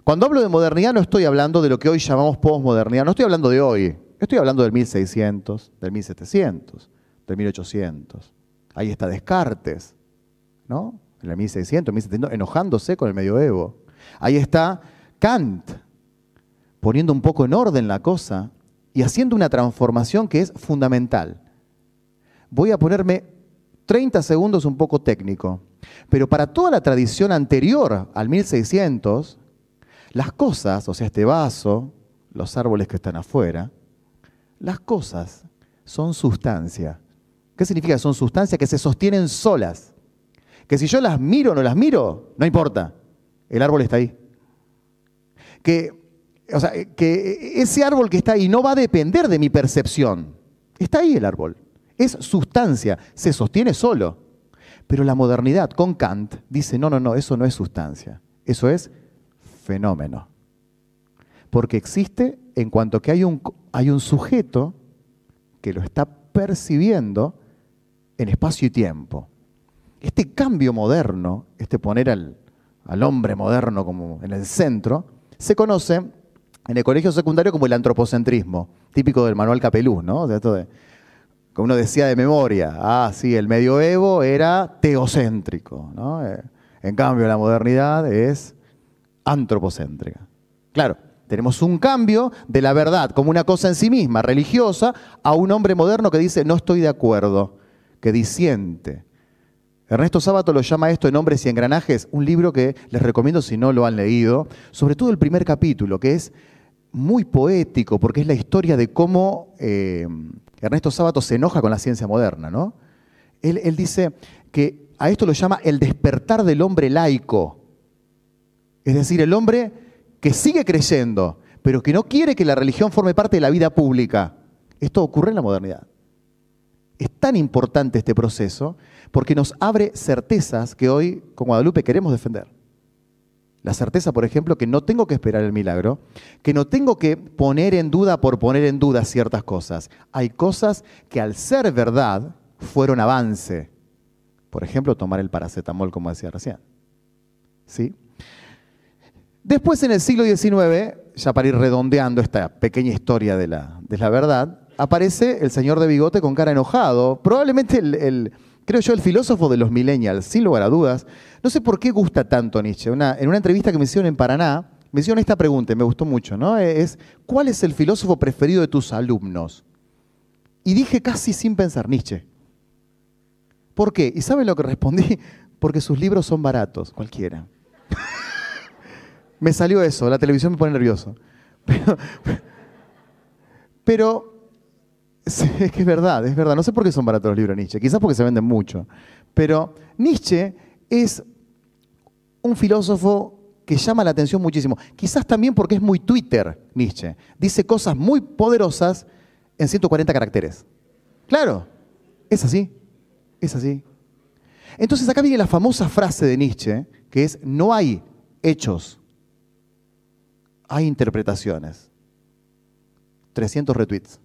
Cuando hablo de modernidad no estoy hablando de lo que hoy llamamos posmodernidad, no estoy hablando de hoy, estoy hablando del 1600, del 1700, del 1800. Ahí está Descartes, ¿no? En el 1600, 1700, enojándose con el medioevo. Ahí está Kant, poniendo un poco en orden la cosa y haciendo una transformación que es fundamental. Voy a ponerme 30 segundos un poco técnico, pero para toda la tradición anterior al 1600, las cosas, o sea, este vaso, los árboles que están afuera, las cosas son sustancia. ¿Qué significa que son sustancia? Que se sostienen solas. Que si yo las miro o no las miro, no importa, el árbol está ahí. O sea, que ese árbol que está ahí no va a depender de mi percepción. Está ahí el árbol. Es sustancia, se sostiene solo. Pero la modernidad con Kant dice, no, no, no, eso no es sustancia. Eso es fenómeno. Porque existe en cuanto que hay un sujeto que lo está percibiendo en espacio y tiempo. Este cambio moderno, este poner al hombre moderno como en el centro, se conoce en el colegio secundario como el antropocentrismo, típico del Manuel Capeluz, ¿no? O sea, esto de, como uno decía de memoria, sí, el medioevo era teocéntrico, ¿no? En cambio, la modernidad es antropocéntrica. Claro, tenemos un cambio de la verdad como una cosa en sí misma, religiosa, a un hombre moderno que dice, no estoy de acuerdo, que disiente. Ernesto Sábato lo llama esto en Hombres y Engranajes, un libro que les recomiendo si no lo han leído, sobre todo el primer capítulo, que es muy poético, porque es la historia de cómo Ernesto Sábato se enoja con la ciencia moderna, ¿no? Él dice que a esto lo llama el despertar del hombre laico. Es decir, el hombre que sigue creyendo, pero que no quiere que la religión forme parte de la vida pública. Esto ocurre en la modernidad. Es tan importante este proceso porque nos abre certezas que hoy, con Guadalupe, queremos defender. La certeza, por ejemplo, que no tengo que esperar el milagro, que no tengo que poner en duda por poner en duda ciertas cosas. Hay cosas que al ser verdad fueron avance. Por ejemplo, tomar el paracetamol, como decía recién. ¿Sí? Después, en el siglo XIX, ya para ir redondeando esta pequeña historia de la verdad, aparece el señor de bigote con cara enojado. Probablemente creo yo, el filósofo de los millennials, sin lugar a dudas. No sé por qué gusta tanto Nietzsche. En una entrevista que me hicieron en Paraná, me hicieron esta pregunta y me gustó mucho, ¿no? ¿Cuál es el filósofo preferido de tus alumnos? Y dije casi sin pensar, Nietzsche. ¿Por qué? ¿Y saben lo que respondí? Porque sus libros son baratos, cualquiera. Me salió eso, la televisión me pone nervioso. Pero es que es verdad. No sé por qué son baratos los libros de Nietzsche, quizás porque se venden mucho. Pero Nietzsche es un filósofo que llama la atención muchísimo. Quizás también porque es muy Twitter, Nietzsche. Dice cosas muy poderosas en 140 caracteres. Claro, es así, es así. Entonces acá viene la famosa frase de Nietzsche, que es, no hay hechos, hay interpretaciones. 300 retweets.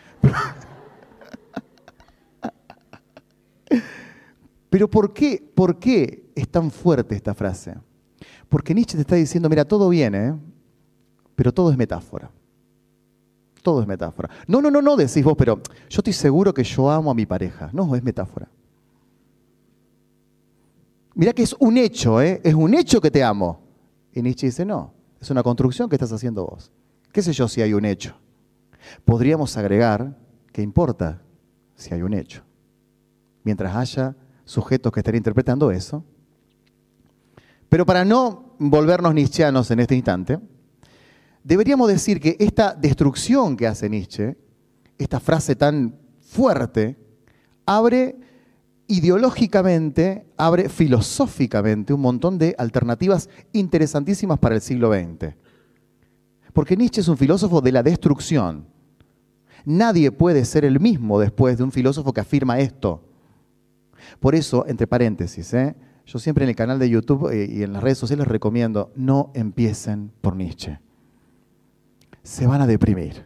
Pero ¿por qué es tan fuerte esta frase? Porque Nietzsche te está diciendo, mira, todo viene, pero todo es metáfora. Todo es metáfora. No, decís vos, pero yo estoy seguro que yo amo a mi pareja. No, es metáfora. Mirá que es un hecho, es un hecho que te amo. Y Nietzsche dice, no, es una construcción que estás haciendo vos. ¿Qué sé yo si hay un hecho? Podríamos agregar que importa si hay un hecho. Mientras haya sujetos que estén interpretando eso. Pero para no volvernos nietzscheanos en este instante, deberíamos decir que esta destrucción que hace Nietzsche, esta frase tan fuerte, abre ideológicamente, abre filosóficamente un montón de alternativas interesantísimas para el siglo XX. Porque Nietzsche es un filósofo de la destrucción. Nadie puede ser el mismo después de un filósofo que afirma esto. Por eso, entre paréntesis, yo siempre en el canal de YouTube y en las redes sociales recomiendo, no empiecen por Nietzsche. Se van a deprimir.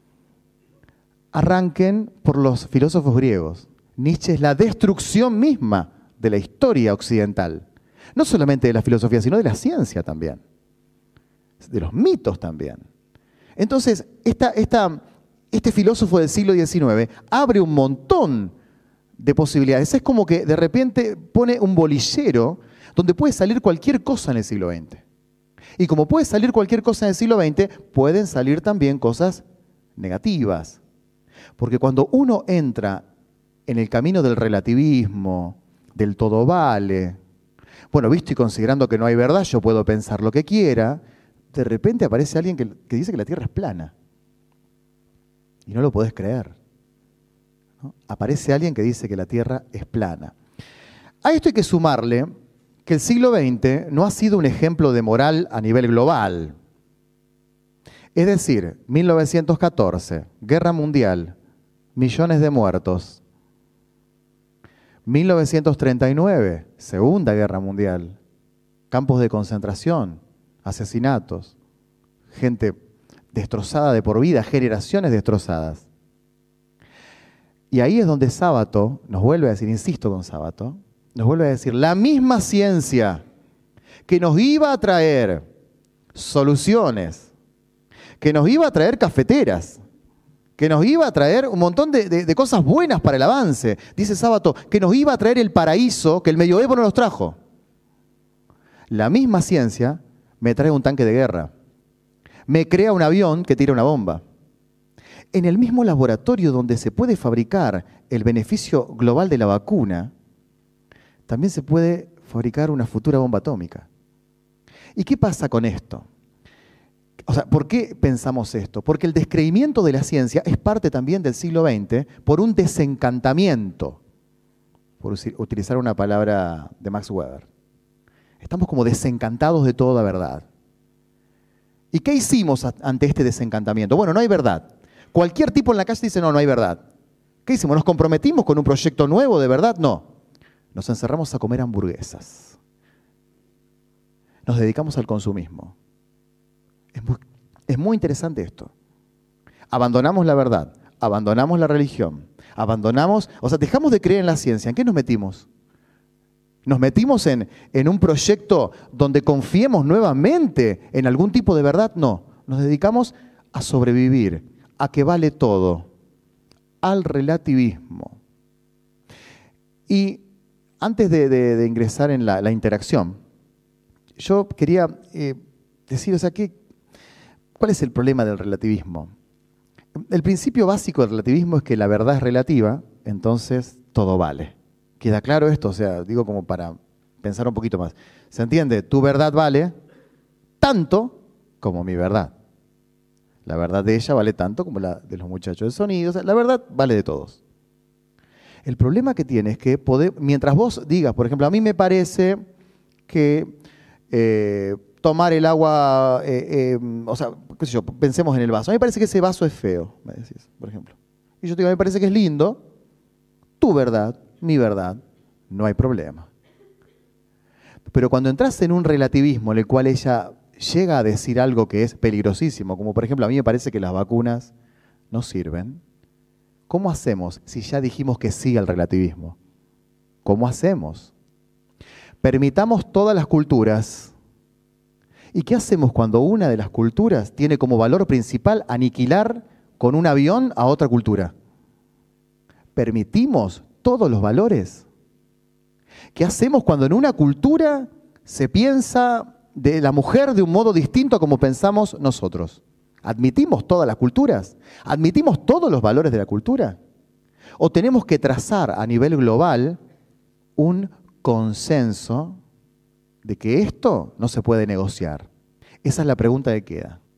Arranquen por los filósofos griegos. Nietzsche es la destrucción misma de la historia occidental. No solamente de la filosofía, sino de la ciencia también. de los mitos también. Entonces, este filósofo del siglo XIX abre un montón de posibilidades. Es como que de repente pone un bolillero donde puede salir cualquier cosa en el siglo XX. Y como puede salir cualquier cosa en el siglo XX, pueden salir también cosas negativas. Porque cuando uno entra en el camino del relativismo, del todo vale, bueno, visto y considerando que no hay verdad, yo puedo pensar lo que quiera, de repente aparece alguien que dice que la Tierra es plana. Y no lo podés creer, ¿no? Aparece alguien que dice que la Tierra es plana. A esto hay que sumarle que el siglo XX no ha sido un ejemplo de moral a nivel global. Es decir, 1914, Guerra Mundial, millones de muertos. 1939, Segunda Guerra Mundial, campos de concentración, asesinatos, gente destrozada de por vida, generaciones destrozadas. Y ahí es donde Sábato nos vuelve a decir, insisto con Sábato, nos vuelve a decir, la misma ciencia que nos iba a traer soluciones, que nos iba a traer cafeteras, que nos iba a traer un montón de cosas buenas para el avance. Dice Sábato, que nos iba a traer el paraíso que el medioevo no nos trajo. La misma ciencia me trae un tanque de guerra, me crea un avión que tira una bomba. En el mismo laboratorio donde se puede fabricar el beneficio global de la vacuna, también se puede fabricar una futura bomba atómica. ¿Y qué pasa con esto? O sea, ¿por qué pensamos esto? Porque el descreimiento de la ciencia es parte también del siglo XX por un desencantamiento, por utilizar una palabra de Max Weber. Estamos como desencantados de toda verdad. ¿Y qué hicimos ante este desencantamiento? Bueno, no hay verdad. Cualquier tipo en la calle dice, no, no hay verdad. ¿Qué hicimos? ¿Nos comprometimos con un proyecto nuevo de verdad? No. Nos encerramos a comer hamburguesas. Nos dedicamos al consumismo. Es muy interesante esto. Abandonamos la verdad, abandonamos la religión, dejamos de creer en la ciencia. ¿En qué nos metimos? ¿Nos metimos en un proyecto donde confiemos nuevamente en algún tipo de verdad? No, nos dedicamos a sobrevivir, a que vale todo, al relativismo. Y antes de ingresar en la interacción, yo quería decir, ¿cuál es el problema del relativismo? El principio básico del relativismo es que la verdad es relativa, entonces todo vale. ¿Queda claro esto? O sea, digo como para pensar un poquito más. ¿Se entiende? Tu verdad vale tanto como mi verdad. La verdad de ella vale tanto como la de los muchachos de sonido. O sea, la verdad vale de todos. El problema que tiene es que mientras vos digas, por ejemplo, a mí me parece que tomar el agua, qué sé yo, pensemos en el vaso. A mí me parece que ese vaso es feo, me decís, por ejemplo. Y yo te digo, a mí me parece que es lindo. Tu verdad, mi verdad, no hay problema. Pero cuando entras en un relativismo en el cual ella llega a decir algo que es peligrosísimo, como por ejemplo, a mí me parece que las vacunas no sirven, ¿cómo hacemos si ya dijimos que sí al relativismo? ¿Cómo hacemos? Permitamos todas las culturas. ¿Y qué hacemos cuando una de las culturas tiene como valor principal aniquilar con un avión a otra cultura? ¿Permitimos todos los valores? ¿Qué hacemos cuando en una cultura se piensa de la mujer de un modo distinto a como pensamos nosotros? ¿Admitimos todas las culturas? ¿Admitimos todos los valores de la cultura? ¿O tenemos que trazar a nivel global un consenso de que esto no se puede negociar? Esa es la pregunta que queda.